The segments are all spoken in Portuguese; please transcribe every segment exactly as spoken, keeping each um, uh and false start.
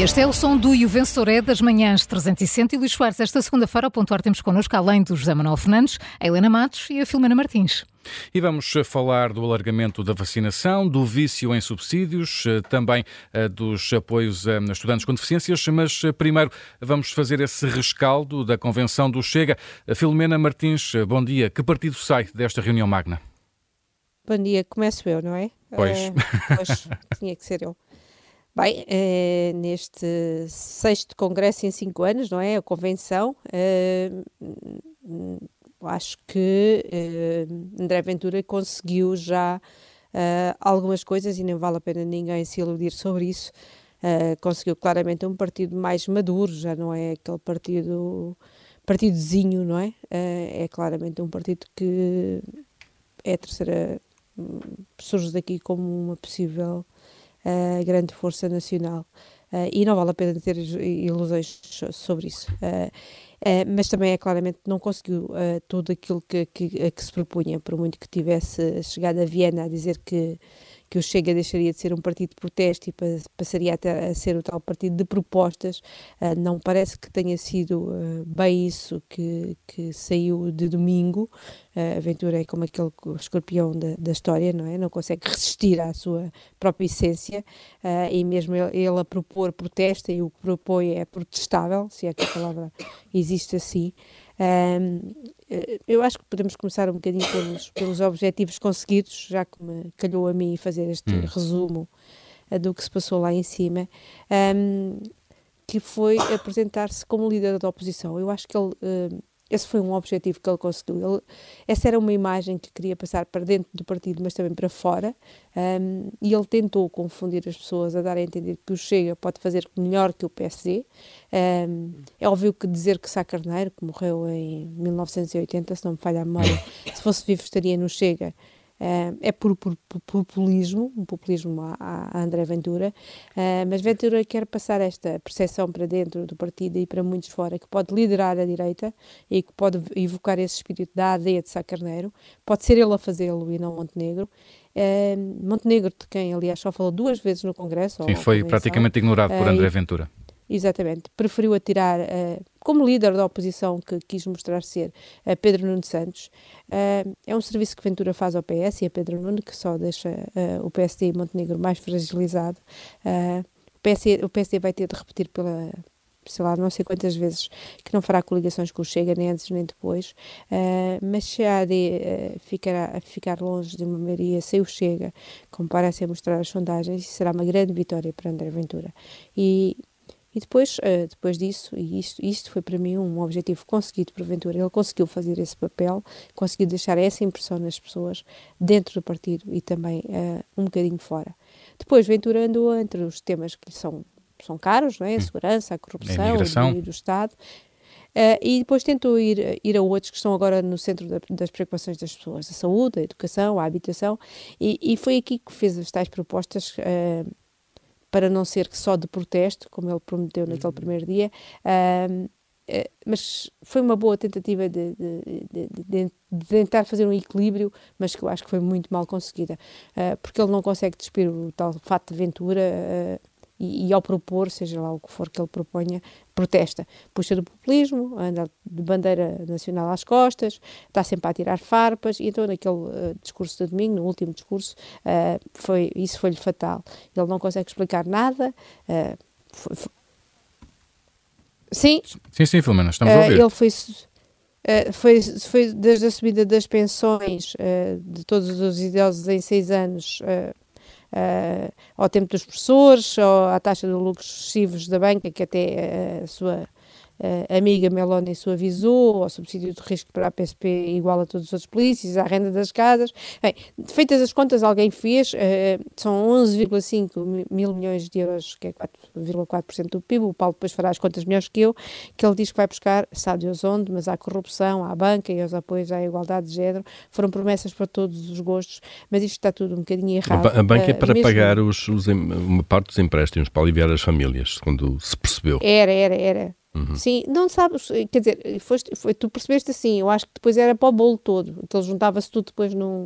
Este é o som do E o Vencedor é das manhãs trezentos e sessenta. E Luís Soares, esta segunda-feira, ao pontuar, temos connosco, além do José Manuel Fernandes, a Helena Matos e a Filomena Martins. E vamos falar do alargamento da vacinação, do vício em subsídios, também dos apoios a estudantes com deficiências, mas primeiro vamos fazer esse rescaldo da convenção do Chega. Filomena Martins, bom dia. Que partido sai desta reunião magna? Bom dia, começo eu, não é? Pois. Uh, pois, tinha que ser eu. Bem, uh, neste sexto congresso em cinco anos, não é? A convenção, uh, acho que uh, André Ventura conseguiu já uh, algumas coisas e não vale a pena ninguém se iludir sobre isso. Uh, conseguiu claramente um partido mais maduro, já não é aquele partido, partidozinho, não é? Uh, é claramente um partido que é a terceira, surge daqui como uma possível uh, grande força nacional. Uh, e não vale a pena ter ilusões sobre isso. Uh, uh, mas também é claramente que não conseguiu uh, tudo aquilo que, que, a que se propunha, por muito que tivesse chegado a Viena a dizer que, que o Chega deixaria de ser um partido de protesto e passaria até a ser o tal partido de propostas. Uh, não parece que tenha sido uh, bem isso que, que saiu de domingo. Uh, a Ventura é como aquele escorpião da, da história, não é? Não consegue resistir à sua própria essência, uh, e mesmo ele, ele a propor protesta, e o que propõe é protestável, se é que a palavra existe assim. Um, eu acho que podemos começar um bocadinho pelos, pelos objetivos conseguidos, já que me calhou a mim fazer este hum. resumo uh, do que se passou lá em cima, um, que foi apresentar-se como líder da oposição. Eu acho que ele... Uh, Esse foi um objetivo que ele conseguiu. Ele, essa era uma imagem que queria passar para dentro do partido, mas também para fora, um, e ele tentou confundir as pessoas, a dar a entender que o Chega pode fazer melhor que o P S D. Um, é óbvio que dizer que Sá Carneiro, que morreu em mil novecentos e oitenta, se não me falha a memória, se fosse vivo estaria no Chega, Uh, é por, por, por populismo, um populismo a, a André Ventura, uh, mas Ventura quer passar esta percepção para dentro do partido e para muitos fora, que pode liderar a direita e que pode evocar esse espírito da A D de Sá Carneiro. Pode ser ele a fazê-lo e não Montenegro. Uh, Montenegro, de quem, aliás, só falou duas vezes no Congresso. Sim, foi praticamente ignorado por André Ventura. Exatamente, preferiu atirar, uh, como líder da oposição que quis mostrar ser, uh, Pedro Nuno Santos. Uh, é um serviço que Ventura faz ao P S e a Pedro Nuno, que só deixa uh, o P S D e Montenegro mais fragilizado. Uh, o, P S D, o P S D vai ter de repetir pela, sei lá, não sei quantas vezes, que não fará coligações com o Chega, nem antes nem depois, uh, mas se a A D uh, ficar, ficar longe de uma maioria sem o Chega, como parecem mostrar as sondagens, será uma grande vitória para André Ventura. E E depois, uh, depois disso, e isto, isto foi para mim um objetivo conseguido por Ventura, ele conseguiu fazer esse papel, conseguiu deixar essa impressão nas pessoas, dentro do partido e também uh, um bocadinho fora. Depois Ventura andou entre os temas que lhe são, são caros, não é? A segurança, a corrupção, a o domínio do Estado, uh, e depois tentou ir, ir a outros que estão agora no centro da, das preocupações das pessoas, a saúde, a educação, a habitação, e, e foi aqui que fez as tais propostas, uh, para não ser só de protesto, como ele prometeu naquele uhum. primeiro dia, uh, uh, mas foi uma boa tentativa de, de, de, de, de tentar fazer um equilíbrio, mas que eu acho que foi muito mal conseguida, uh, porque ele não consegue despir o tal fato de Ventura, uh, e, e ao propor, seja lá o que for que ele proponha, protesta. Puxa do populismo, anda de bandeira nacional às costas, está sempre a tirar farpas, e então naquele uh, discurso de domingo, no último discurso, uh, foi, isso foi-lhe fatal. Ele não consegue explicar nada. Uh, foi, foi... Sim? Sim, sim, Filomena, estamos uh, a ouvir. Ele foi... Uh, foi, foi desde a subida das pensões uh, de todos os idosos em seis anos... Uh, Uh, ao tempo dos professores, ou à taxa de lucros excessivos da banca, que até uh, a sua uh, amiga Meloni suavizou, ao subsídio de risco para a P S P igual a todos os outros polícias, à renda das casas. Bem, feitas as contas, alguém fez, uh, são onze vírgula cinco mil milhões de euros, que é quatro vírgula quatro por cento do P I B. O Paulo depois fará as contas melhores que eu, que ele diz que vai buscar, sabe Deus onde, mas à corrupção, à banca e aos apoios à igualdade de género. Foram promessas para todos os gostos, mas isto está tudo um bocadinho errado. A banca é para uh, mesmo... pagar os, os, uma parte dos empréstimos, para aliviar as famílias, quando se percebeu. Era, era, era. Uhum. Sim, não sabes, quer dizer, foste, foi, tu percebeste assim, eu acho que depois era para o bolo todo, que ele juntava-se tudo depois num,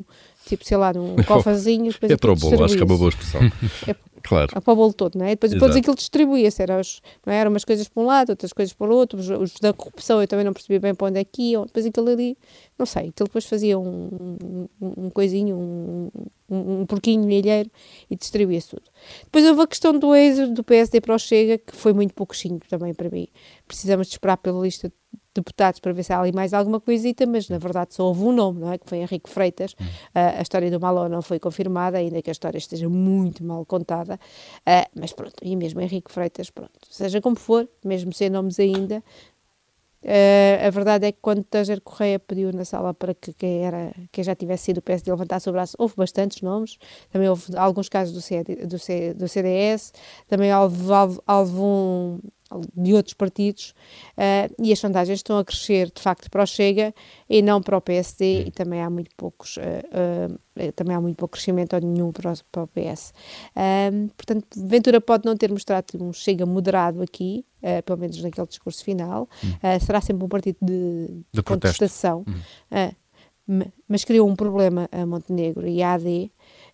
tipo, sei lá, num cofrezinho. É para o bolo, acho que é uma boa expressão. É, claro. É para o bolo todo, não é? Depois, depois aquilo distribuía-se, era os, não é? Eram umas coisas para um lado, outras coisas para o outro, os, os da corrupção eu também não percebi bem para onde é que iam, depois aquilo ali, não sei, aquilo depois fazia um, um, um coisinho, um, um, um porquinho milheiro e distribuía-se tudo. Depois houve a questão do êxodo do P S D para o Chega, que foi muito pouquinho também para mim. Precisamos de esperar pela lista de deputados para ver se há ali mais alguma coisita, mas na verdade só houve um nome, não é? Que foi Henrique Freitas. Uh, a história do Maló não foi confirmada, ainda que a história esteja muito mal contada, uh, mas pronto, e mesmo Henrique Freitas, pronto, seja como for, mesmo sem nomes ainda, uh, a verdade é que quando Tanger Correia pediu na sala para que quem, era, quem já tivesse sido o P S D levantasse o braço, houve bastantes nomes, também houve alguns casos do, C D, do, C, do C D S, também houve, houve, houve um de outros partidos, uh, e as sondagens estão a crescer de facto para o Chega e não para o P S D, e também há muito poucos uh, uh, também há muito pouco crescimento ou nenhum para o, para o P S. Uh, portanto, Ventura pode não ter mostrado um Chega moderado aqui, uh, pelo menos naquele discurso final, uh, será sempre um partido de, de, de contestação, uh, mas criou um problema a Montenegro e à A D,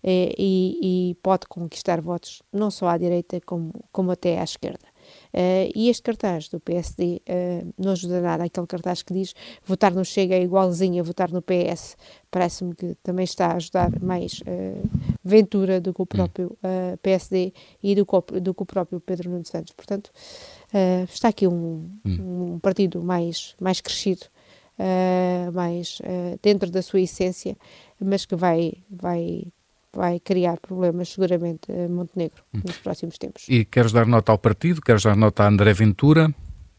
e, e pode conquistar votos não só à direita como, como até à esquerda. Uh, e este cartaz do P S D uh, não ajuda nada, aquele cartaz que diz votar no Chega é igualzinho a votar no P S, parece-me que também está a ajudar mais uh, Ventura do que o próprio uh, P S D e do, do que o próprio Pedro Nuno Santos. Portanto, uh, está aqui um, um partido mais, mais crescido, uh, mais uh, dentro da sua essência, mas que vai... vai vai criar problemas seguramente a Montenegro hum. nos próximos tempos. E queres dar nota ao partido? Queres dar nota a André Ventura?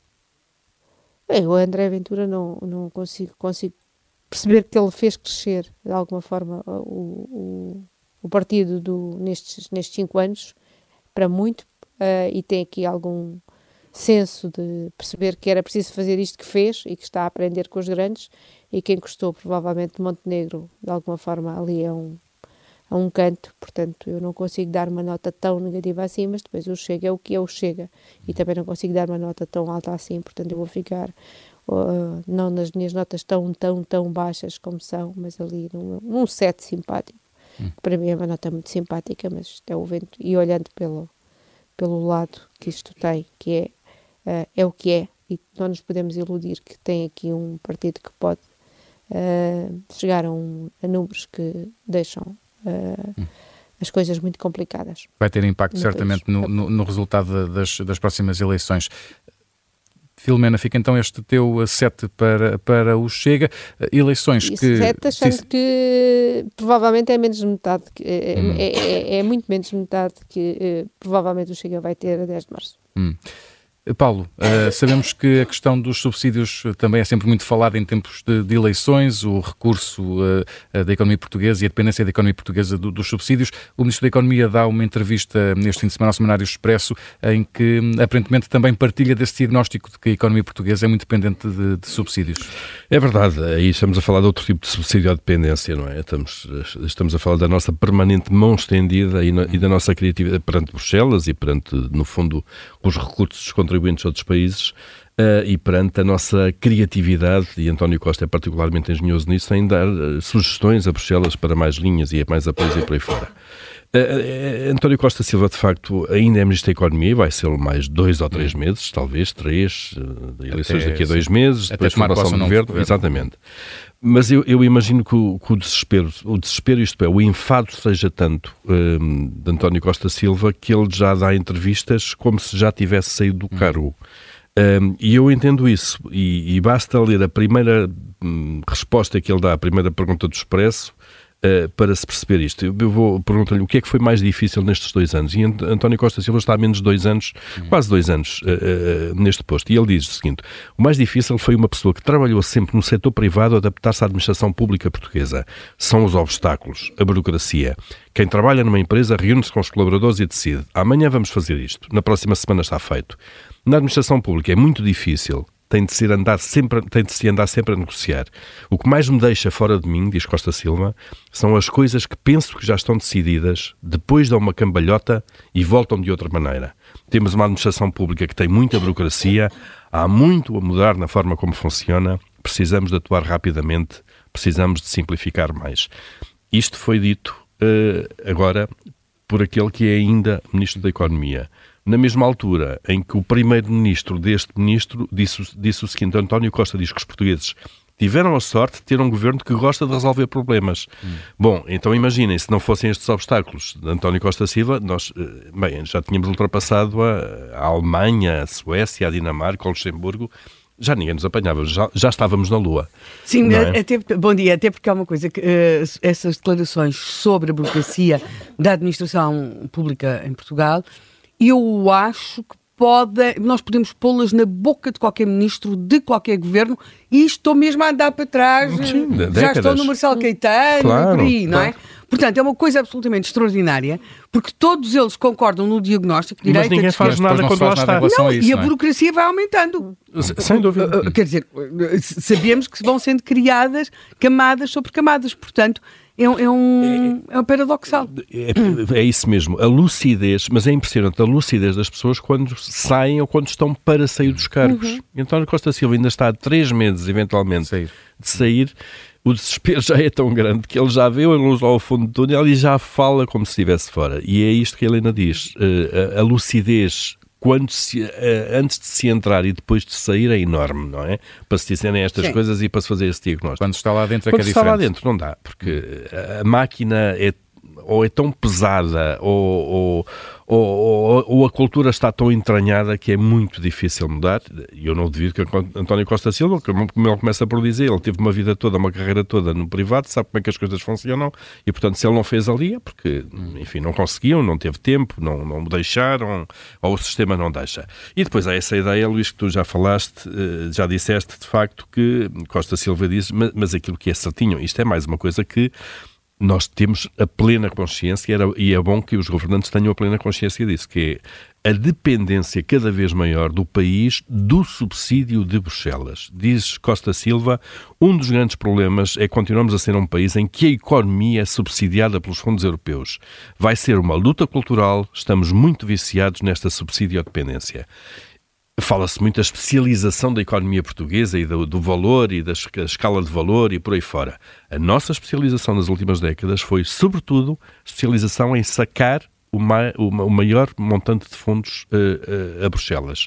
Bem, o André Ventura não, não consigo, consigo perceber que ele fez crescer de alguma forma o, o, o partido do, nestes, nestes cinco anos, para muito, uh, e tem aqui algum senso de perceber que era preciso fazer isto que fez e que está a aprender com os grandes, e quem encostou provavelmente Montenegro de alguma forma ali é um a um canto, portanto eu não consigo dar uma nota tão negativa assim, mas depois o Chega é o que é o Chega, e também não consigo dar uma nota tão alta assim, portanto eu vou ficar uh, não nas minhas notas tão, tão, tão baixas como são, mas ali num, num sete simpático, hum. que para mim é uma nota muito simpática, mas isto é o vento, e olhando pelo, pelo lado que isto tem, que é, uh, é o que é, e não nos podemos iludir que tem aqui um partido que pode uh, chegar a, um, a números que deixam Uh, hum. as coisas muito complicadas. Vai ter impacto certamente no, no, no resultado das, das próximas eleições. Filomena, fica então este teu sete para, para o Chega. Eleições e que... sete, achando Sim. que provavelmente é menos de metade, é, hum. é, é, é muito menos de metade que é, provavelmente o Chega vai ter a dez de março. Hum. Paulo, uh, sabemos que a questão dos subsídios também é sempre muito falada em tempos de, de eleições, o recurso uh, da economia portuguesa e a dependência da economia portuguesa do, dos subsídios. O Ministro da Economia dá uma entrevista neste fim de semana ao Semanário Expresso em que aparentemente também partilha desse diagnóstico de que a economia portuguesa é muito dependente de, de subsídios. É verdade, aí estamos a falar de outro tipo de subsídio à dependência, não é? Estamos, estamos a falar da nossa permanente mão estendida e, na, e da nossa criatividade perante Bruxelas e perante, no fundo, os recursos contribuintes de outros países uh, e perante a nossa criatividade, e António Costa é particularmente engenhoso nisso, em dar uh, sugestões a Bruxelas para mais linhas e mais apoios e por aí fora. Uh, uh, António Costa Silva, de facto, ainda é Ministro da Economia e vai ser mais dois ou três meses, talvez três, uh, eleições até, daqui a dois sim. meses, depois formação do governo, exatamente. Mas eu, eu imagino que o, que o desespero, o desespero, isto é, o enfado seja tanto um, de António Costa Silva que ele já dá entrevistas como se já tivesse saído do cargo. Um, e eu entendo isso, e, e basta ler a primeira hum, resposta que ele dá, a primeira pergunta do Expresso, Uh, para se perceber isto. Eu vou perguntar-lhe o que é que foi mais difícil nestes dois anos. E António Costa Silva está há menos de dois anos, uhum. quase dois anos, uh, uh, neste posto. E ele diz o seguinte: o mais difícil foi uma pessoa que trabalhou sempre no setor privado adaptar-se à administração pública portuguesa. São os obstáculos, a burocracia. Quem trabalha numa empresa reúne-se com os colaboradores e decide: amanhã vamos fazer isto, na próxima semana está feito. Na administração pública é muito difícil. Tem de, ser andar sempre, tem de se andar sempre a negociar. O que mais me deixa fora de mim, diz Costa Silva, são as coisas que penso que já estão decididas, depois dão uma cambalhota e voltam de outra maneira. Temos uma administração pública que tem muita burocracia, há muito a mudar na forma como funciona, precisamos de atuar rapidamente, precisamos de simplificar mais. Isto foi dito uh, agora por aquele que é ainda Ministro da Economia. Na mesma altura em que o primeiro-ministro deste ministro disse, disse o seguinte: António Costa diz que os portugueses tiveram a sorte de ter um governo que gosta de resolver problemas. Hum. Bom, então imaginem, se não fossem estes obstáculos de António Costa Silva, nós bem, já tínhamos ultrapassado a, a Alemanha, a Suécia, a Dinamarca, o Luxemburgo. Já ninguém nos apanhava, já, já estávamos na Lua. Sim, é? até, bom dia, até porque há uma coisa, que uh, essas declarações sobre a burocracia da administração pública em Portugal, eu acho que pode, nós podemos pô-las na boca de qualquer ministro, de qualquer governo, e estou mesmo a andar para trás, Sim, já décadas. estou no Marcelo Caetano, claro, e por aí, não claro. é? Portanto, é uma coisa absolutamente extraordinária, porque todos eles concordam no diagnóstico, direita, mas ninguém faz nada não quando faz lá nada está. não, isso, e a não é? burocracia vai aumentando. Sem dúvida. Quer dizer, sabemos que vão sendo criadas camadas sobre camadas, portanto, é, é, um, é um paradoxal. É, é isso mesmo, a lucidez, mas é impressionante a lucidez das pessoas quando saem ou quando estão para sair dos cargos. Uhum. António Costa Silva ainda está há três meses, eventualmente, sair. de sair. O desespero já é tão grande que ele já vê a luz lá ao fundo do túnel e já fala como se estivesse fora. E é isto que a Helena diz. A, a lucidez, quando se, antes de se entrar e depois de sair, é enorme, não é? Para se dizerem estas Sim. coisas e para se fazer esse diagnóstico. Quando está lá dentro é Quando que é está diferente. lá dentro não dá, porque a máquina é ou é tão pesada ou, ou, ou, ou a cultura está tão entranhada que é muito difícil mudar. E eu não duvido que António Costa Silva, como ele começa por dizer, ele teve uma vida toda, uma carreira toda no privado, sabe como é que as coisas funcionam e, portanto, se ele não fez ali é porque, enfim, não conseguiam, não teve tempo, não, não deixaram, ou o sistema não deixa. E depois há essa ideia, Luís, que tu já falaste, já disseste, de facto, que Costa Silva diz, mas, mas aquilo que é certinho, isto é mais uma coisa que nós temos a plena consciência, e é bom que os governantes tenham a plena consciência disso, que é a dependência cada vez maior do país do subsídio de Bruxelas. Diz Costa Silva, um dos grandes problemas é que continuamos a ser um país em que a economia é subsidiada pelos fundos europeus. Vai ser uma luta cultural, estamos muito viciados nesta subsidiodependência. Fala-se muito da especialização da economia portuguesa e do, do valor e da escala de valor e por aí fora. A nossa especialização nas últimas décadas foi, sobretudo, especialização em sacar o, ma, o, o maior montante de fundos uh, uh, a Bruxelas.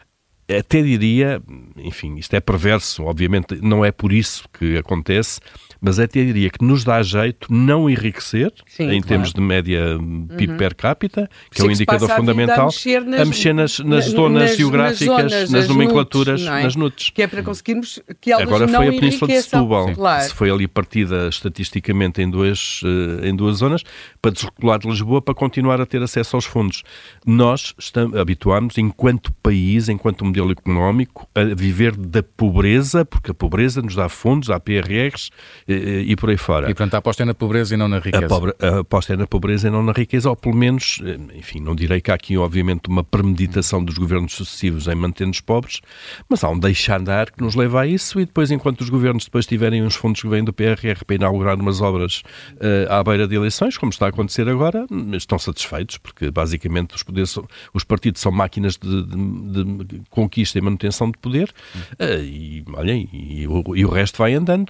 Até diria, enfim, isto é perverso, obviamente não é por isso que acontece, mas até diria que nos dá jeito não enriquecer, Sim, em claro. termos de média P I B uhum. per capita, que Sim, é um indicador fundamental, a mexer nas, a mexer nas, nas na, zonas nas, geográficas, nas, zonas, nas nomenclaturas, nudes, é? nas nudes. Que é para conseguirmos que elas Agora não foi a Península de Setúbal, claro. se foi ali partida estatisticamente em duas, em duas zonas, para desregular de Lisboa, para continuar a ter acesso aos fundos. Nós estamos, habituámos, enquanto país, enquanto modelo económico, a viver da pobreza, porque a pobreza nos dá fundos, dá P R Rs e, e por aí fora. E, portanto, a aposta é na pobreza e não na riqueza. A, pobre, a aposta é na pobreza e não na riqueza, ou pelo menos, enfim, não direi que há aqui, obviamente, uma premeditação dos governos sucessivos em manter-nos pobres, mas há um deixa-andar que nos leva a isso e depois, enquanto os governos depois tiverem uns fundos que vêm do P R R para inaugurar umas obras uh, à beira de eleições, como está a acontecer agora, estão satisfeitos, porque, basicamente, os, poderes, os partidos são máquinas de, de, de conquista e manutenção de poder, uh, e, olhem, e, o, e o resto vai andando.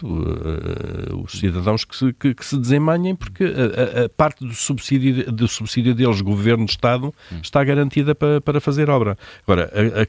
Uh, os cidadãos que se, que, que se desemmanhem, porque a, a, a parte do subsídio, do subsídio deles, governo, Estado, está garantida para, para fazer obra. Agora,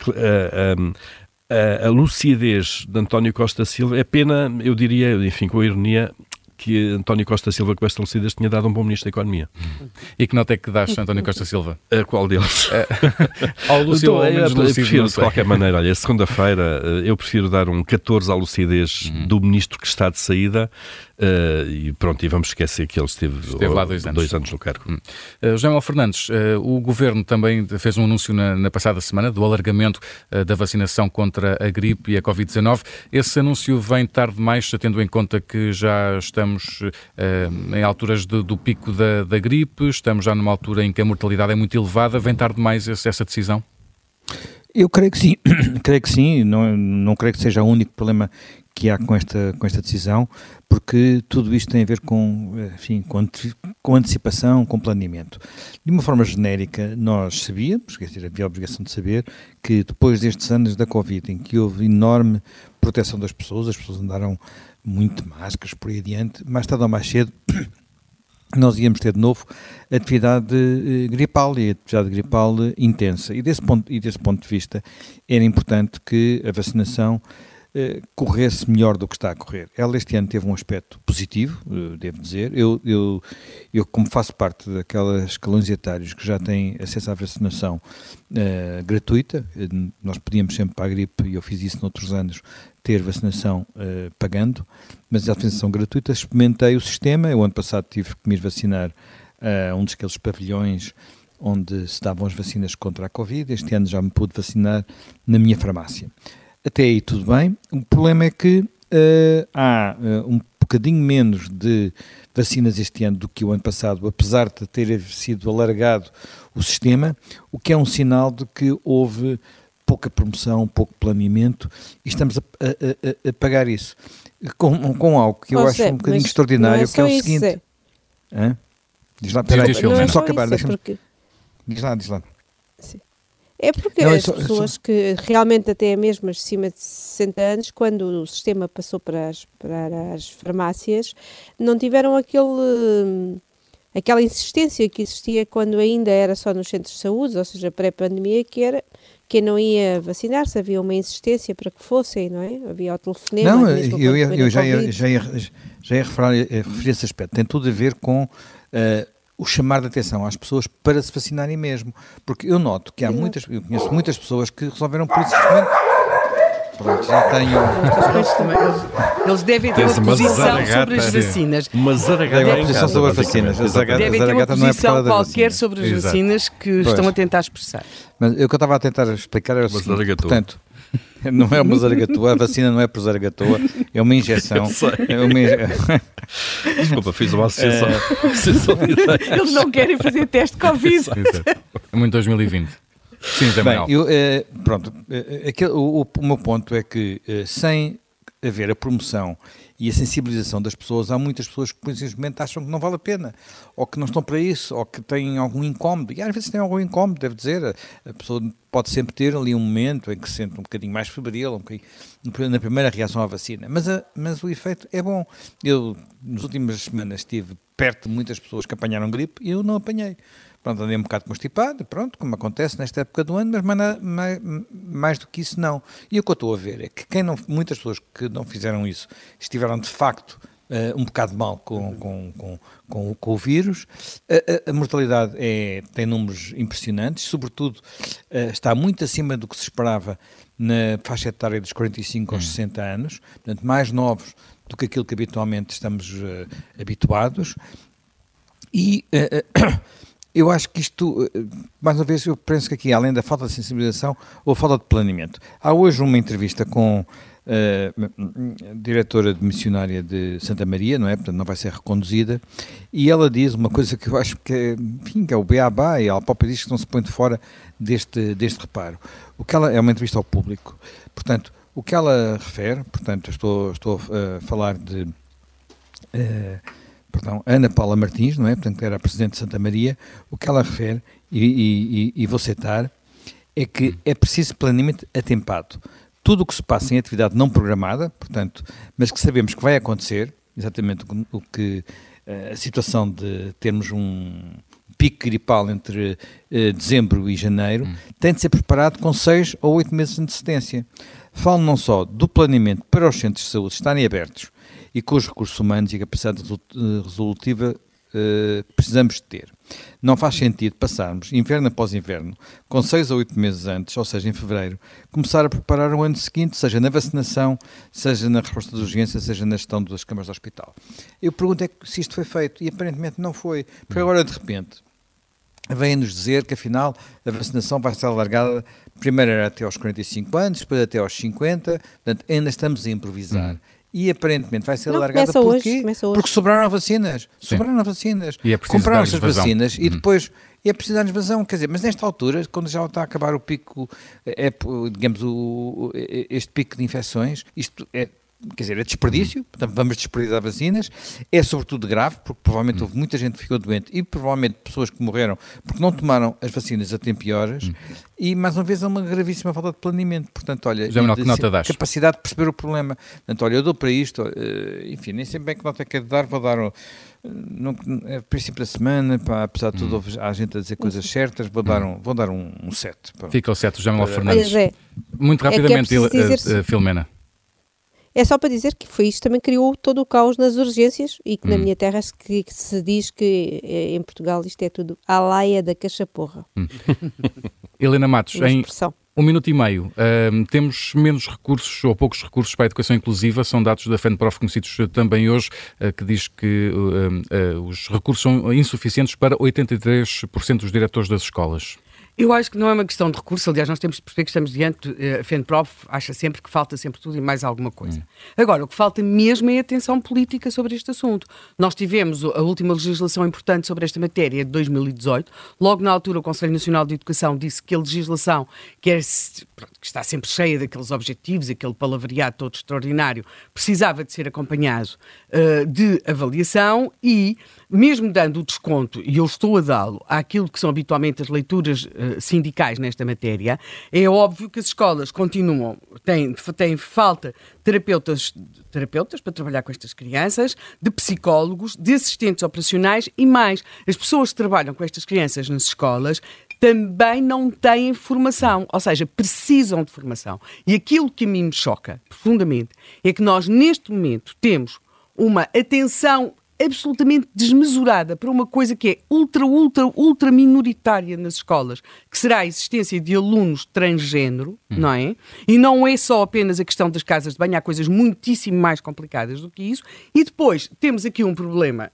a, a, a, a lucidez de António Costa Silva é pena, eu diria, enfim, com a ironia, que António Costa Silva, com esta lucidez, tinha dado um bom Ministro da Economia. E que nota é que dás, António Costa Silva? A qual deles? Ao Lúcio ou ao menos eu, eu Lúcio, prefiro, de qualquer maneira, olha, segunda-feira, eu prefiro dar um catorze à lucidez uhum. do Ministro que está de saída, uh, e pronto, e vamos esquecer que ele esteve, esteve lá dois anos. dois anos no cargo. Uhum. Uh, José Manuel Fernandes, uh, o Governo também fez um anúncio na, na passada semana do alargamento uh, da vacinação contra a gripe e a covid dezanove. Esse anúncio vem tarde demais, tendo em conta que já estamos Estamos uh, em alturas de, do pico da, da gripe, estamos já numa altura em que a mortalidade é muito elevada. Vem tarde demais esse, essa decisão? Eu creio que sim, creio que sim, não, não creio que seja o único problema que há com esta, com esta decisão, porque tudo isto tem a ver com, enfim, com, com antecipação, com planeamento. De uma forma genérica, nós sabíamos, quer dizer, havia a obrigação de saber, que depois destes anos da Covid, em que houve enorme proteção das pessoas, as pessoas andaram muito de máscaras por aí adiante, mais tarde ou mais cedo nós íamos ter de novo atividade eh, gripal e atividade gripal eh, intensa. E desse, ponto, e desse ponto de vista era importante que a vacinação eh, corresse melhor do que está a correr. Ela este ano teve um aspecto positivo, eh, devo dizer. Eu, eu, eu, como faço parte daquelas escalões etários que já têm acesso à vacinação eh, gratuita, eh, nós pedíamos sempre para a gripe, e eu fiz isso noutros anos, ter vacinação uh, pagando, mas a vacinação gratuita, experimentei o sistema. Eu ano passado tive que me ir vacinar a uh, um daqueles pavilhões onde se davam as vacinas contra a Covid. Este ano já me pude vacinar na minha farmácia. Até aí tudo bem. O problema é que uh, há uh, um bocadinho menos de vacinas este ano do que o ano passado, apesar de ter sido alargado o sistema, o que é um sinal de que houve pouca promoção, pouco planeamento, e estamos a, a, a, a pagar isso com, com algo que eu oh, acho Zé, um bocadinho é extraordinário, que é o isso, seguinte... Zé. Hã? Diz lá, peraí, Diz, diz, deixa-me é só acabar, isso, é deixa-me... porque... Diz lá, diz lá. Sim. É porque Não, é as só- é pessoas só- que realmente até mesmo acima de sessenta anos, quando o sistema passou para as, para as farmácias, não tiveram aquele, hum, aquela insistência que existia quando ainda era só nos centros de saúde, ou seja, pré-pandemia, que era quem não ia vacinar-se, havia uma insistência para que fossem, não é? Havia o telefonema. Não, mesmo eu, quando ia- foi eu na já, ia, Covid. já, ia, já ia referir, eh, referir esse aspecto. Tem tudo a ver com eh, o chamar de atenção às pessoas para se vacinarem mesmo. Porque eu noto que há Exato. muitas, eu conheço muitas pessoas que resolveram por esse instrumento. Pronto, já tenho... Eles, também- eles- eles devem ter Tens uma uma posição zaragata. sobre as vacinas. Uma zaragata Tenho uma em posição casa, sobre as basicamente. vacinas. A zaragata- Devem ter uma zaragata não é por posição causa da qualquer vacina. sobre as Exato. vacinas que Pois. estão a tentar expressar. Mas o que eu estava a tentar explicar era o Uma seguinte, zaragatua. portanto, não é uma zaragatua, a vacina não é por zaragatua, é uma injeção. Eu sei. É uma inje... Desculpa, fiz uma associação. associação de ideias. Eles não querem fazer teste de Covid. Exato. É muito dois mil e vinte. Sim, Zé Bem, Manuel. eu, eh, pronto, eh, aquele, o, o- o meu ponto é que eh, sem haver a promoção e a sensibilização das pessoas, há muitas pessoas que simplesmente acham que não vale a pena, ou que não estão para isso, ou que têm algum incómodo, e às vezes têm algum incómodo, devo dizer, a, a pessoa pode sempre ter ali um momento em que se sente um bocadinho mais febril, um bocadinho, na primeira reação à vacina, mas, a, mas o efeito é bom. Eu, nas últimas semanas, estive perto de muitas pessoas que apanharam gripe e eu não apanhei. Pronto, andei um bocado constipado, pronto, como acontece nesta época do ano, mas mais, mais, mais do que isso não. E o que eu estou a ver é que quem não, muitas pessoas que não fizeram isso estiveram de facto uh, um bocado mal com, com, com, com, com o vírus. A, a, a mortalidade é, tem números impressionantes, sobretudo uh, está muito acima do que se esperava na faixa etária dos quarenta e cinco aos sessenta anos, portanto mais novos do que aquilo que habitualmente estamos uh, habituados. E... Uh, uh, Eu acho que isto, mais uma vez, eu penso que aqui, além da falta de sensibilização, ou falta de planeamento. Há hoje uma entrevista com a diretora de missionária de Santa Maria, não é? Portanto, não vai ser reconduzida, e ela diz uma coisa que eu acho que é, enfim, que é o beabá, e ela própria diz que não se põe de fora deste, deste reparo. O que ela, é uma entrevista ao público. Portanto, o que ela refere, portanto, estou, estou a falar de... Uh, Perdão, Ana Paula Martins, não é? Portanto, que era a Presidente de Santa Maria, o que ela refere, e, e, e vou citar, é que é preciso planeamento atempado. Tudo o que se passa em atividade não programada, portanto, mas que sabemos que vai acontecer, exatamente o que a situação de termos um pico gripal entre uh, dezembro e janeiro, hum. tem de ser preparado com seis ou oito meses de antecedência. Falo não só do planeamento para os centros de saúde estarem abertos, e com os recursos humanos e a capacidade resolutiva uh, precisamos de ter. Não faz sentido passarmos, inverno após inverno, com seis ou oito meses antes, ou seja, em fevereiro, começar a preparar o ano seguinte, seja na vacinação, seja na resposta de urgência, seja na gestão das câmaras de hospital. Eu pergunto é se isto foi feito, e aparentemente não foi, porque agora, de repente, vêm-nos dizer que, afinal, a vacinação vai ser alargada, primeiro era até aos quarenta e cinco anos, depois até aos cinquenta, portanto, ainda estamos a improvisar. Hum. E aparentemente vai ser não, alargada porquê? Hoje, porque sobraram vacinas. Sim. Sobraram vacinas. E é preciso compraram-se dar-lhes as vazão. vacinas Uhum. e depois e é preciso dar-lhes vazão. Quer dizer, mas nesta altura, quando já está a acabar o pico, é, digamos, o, este pico de infecções, isto é, quer dizer, é desperdício, portanto vamos desperdiçar vacinas, é sobretudo grave, porque provavelmente houve muita gente que ficou doente e provavelmente pessoas que morreram porque não tomaram as vacinas a tempo e horas, hum. e mais uma vez é uma gravíssima falta de planeamento, portanto, olha, Já e de nota das? capacidade de perceber o problema. Portanto, olha, eu dou para isto, enfim, nem sei bem que nota é que é de dar, vou dar, no, é princípio da semana, pá, apesar de tudo, hum. há gente a dizer coisas certas, vou dar um, vou dar um, um sete. Fica o sete, José Manuel Fernandes. É, Muito rapidamente, é é dizer... uh, uh, Filomena. É só para dizer que foi isto também criou todo o caos nas urgências e que hum. na minha terra se, que, que se diz que em Portugal isto é tudo à laia da cachaporra. Hum. Helena Matos, em um minuto e meio, uh, temos menos recursos ou poucos recursos para a educação inclusiva, são dados da FENPROF conhecidos também hoje, uh, que diz que uh, uh, os recursos são insuficientes para oitenta e três por cento dos diretores das escolas. Eu acho que não é uma questão de recurso, aliás, nós temos de perceber que estamos diante, a FENPROF acha sempre que falta sempre tudo e mais alguma coisa. Hum. Agora, o que falta mesmo é atenção política sobre este assunto. Nós tivemos a última legislação importante sobre esta matéria de dois mil e dezoito, logo na altura o Conselho Nacional de Educação disse que a legislação, que, é, que está sempre cheia daqueles objetivos, aquele palavreado todo extraordinário, precisava de ser acompanhado uh, de avaliação e, mesmo dando o desconto, e eu estou a dá-lo, àquilo que são habitualmente as leituras uh, sindicais nesta matéria, é óbvio que as escolas continuam, têm, têm falta de terapeutas, terapeutas para trabalhar com estas crianças, de psicólogos, de assistentes operacionais e mais. As pessoas que trabalham com estas crianças nas escolas também não têm formação, ou seja, precisam de formação. E aquilo que a mim me choca profundamente é que nós, neste momento, temos uma atenção absolutamente desmesurada para uma coisa que é ultra, ultra, ultra minoritária nas escolas, que será a existência de alunos transgênero, hum. não é? E não é só apenas a questão das casas de banho, há coisas muitíssimo mais complicadas do que isso. E depois temos aqui um problema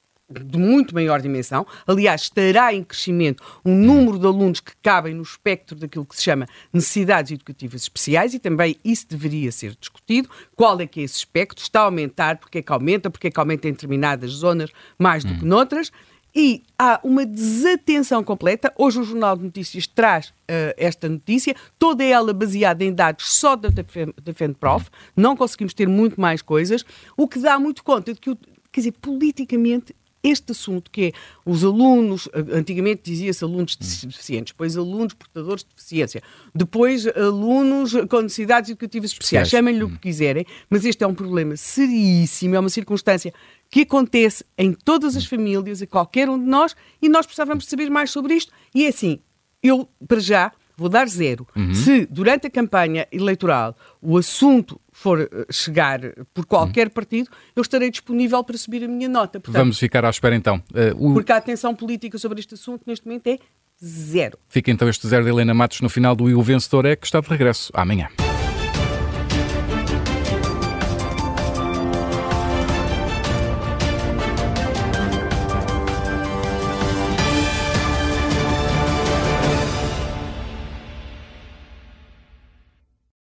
de muito maior dimensão, aliás, estará em crescimento um número de alunos que cabem no espectro daquilo que se chama necessidades educativas especiais e também isso deveria ser discutido. Qual é que é esse espectro? Está a aumentar? Porque é que aumenta? Porque é que aumenta em determinadas zonas mais do que noutras? E há uma desatenção completa. Hoje o Jornal de Notícias traz uh, esta notícia, toda ela baseada em dados só da, da FENPROF, não conseguimos ter muito mais coisas, o que dá muito conta de que, quer dizer, politicamente, este assunto que é os alunos, antigamente dizia-se alunos deficientes, depois alunos portadores de deficiência, depois alunos com necessidades educativas especiais, chamem-lhe o que quiserem, mas este é um problema seríssimo, é uma circunstância que acontece em todas as famílias, a qualquer um de nós, e nós precisávamos saber mais sobre isto. E é assim, eu, para já, vou dar zero. Uhum. Se, durante a campanha eleitoral, o assunto for chegar por qualquer uhum. partido, eu estarei disponível para subir a minha nota. Portanto, vamos ficar à espera então. Uh, o... Porque a atenção política sobre este assunto, neste momento, é zero. Fica então este zero de Helena Matos no final do E o Vencedor é, que está de regresso amanhã.